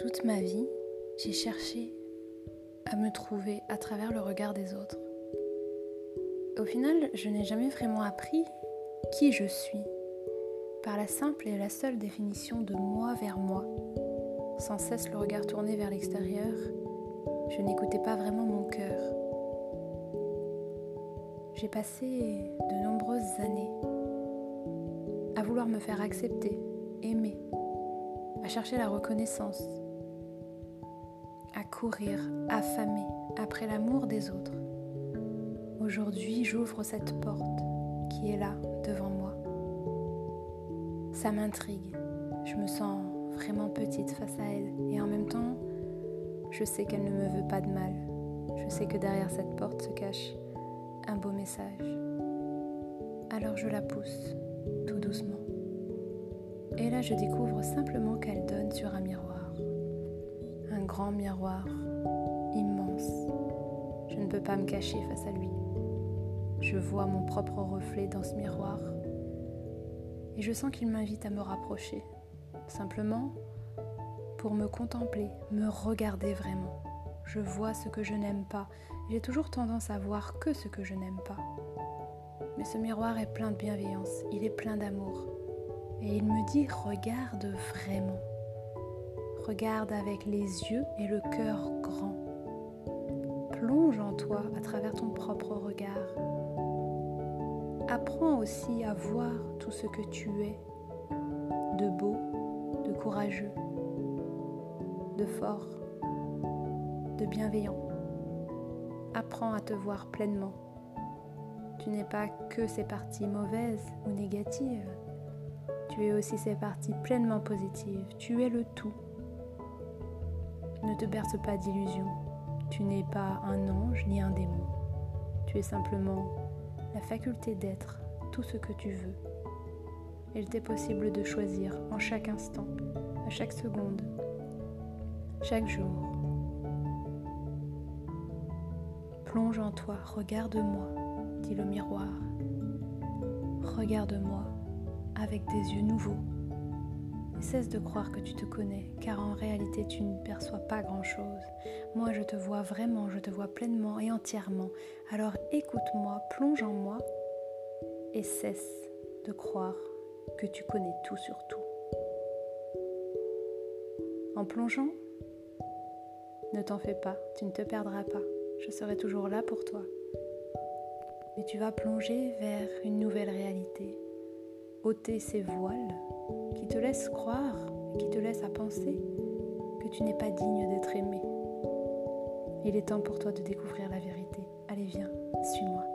Toute ma vie, j'ai cherché à me trouver à travers le regard des autres. Au final, je n'ai jamais vraiment appris qui je suis, par la simple et la seule définition de moi vers moi. Sans cesse le regard tourné vers l'extérieur, je n'écoutais pas vraiment mon cœur. J'ai passé de nombreuses années à vouloir me faire accepter, aimer, à chercher la reconnaissance, à courir, affamée après l'amour des autres. Aujourd'hui, j'ouvre cette porte qui est là, devant moi. Ça m'intrigue, je me sens vraiment petite face à elle et en même temps, je sais qu'elle ne me veut pas de mal. Je sais que derrière cette porte se cache un beau message. Alors je la pousse, tout doucement. Et là, je découvre simplement qu'elle donne sur un miroir. Un grand miroir, immense. Je ne peux pas me cacher face à lui. Je vois mon propre reflet dans ce miroir. Et je sens qu'il m'invite à me rapprocher. Simplement pour me contempler, me regarder vraiment. Je vois ce que je n'aime pas. J'ai toujours tendance à voir que ce que je n'aime pas. Mais ce miroir est plein de bienveillance, il est plein d'amour. Et il me dit, regarde vraiment. Regarde avec les yeux et le cœur grand. Plonge en toi à travers ton propre regard. Apprends aussi à voir tout ce que tu es, de beau, de courageux, de fort, de bienveillant. Apprends à te voir pleinement. Tu n'es pas que ces parties mauvaises ou négatives. Tu es aussi ces parties pleinement positives. Tu es le tout. Ne te berce pas d'illusions. Tu n'es pas un ange ni un démon. Tu es simplement la faculté d'être tout ce que tu veux. Il t'est possible de choisir en chaque instant, à chaque seconde, chaque jour. Plonge en toi, regarde-moi, dit le miroir. Regarde-moi avec des yeux nouveaux. Et cesse de croire que tu te connais, car en réalité tu ne perçois pas grand-chose. Moi je te vois vraiment, je te vois pleinement et entièrement. Alors écoute-moi, plonge en moi et cesse de croire que tu connais tout sur tout. En plongeant, ne t'en fais pas, tu ne te perdras pas. Je serai toujours là pour toi. Mais tu vas plonger vers une nouvelle réalité. Ôter ces voiles qui te laissent croire, qui te laissent à penser que tu n'es pas digne d'être aimé. Il est temps pour toi de découvrir la vérité. Allez, viens, suis-moi.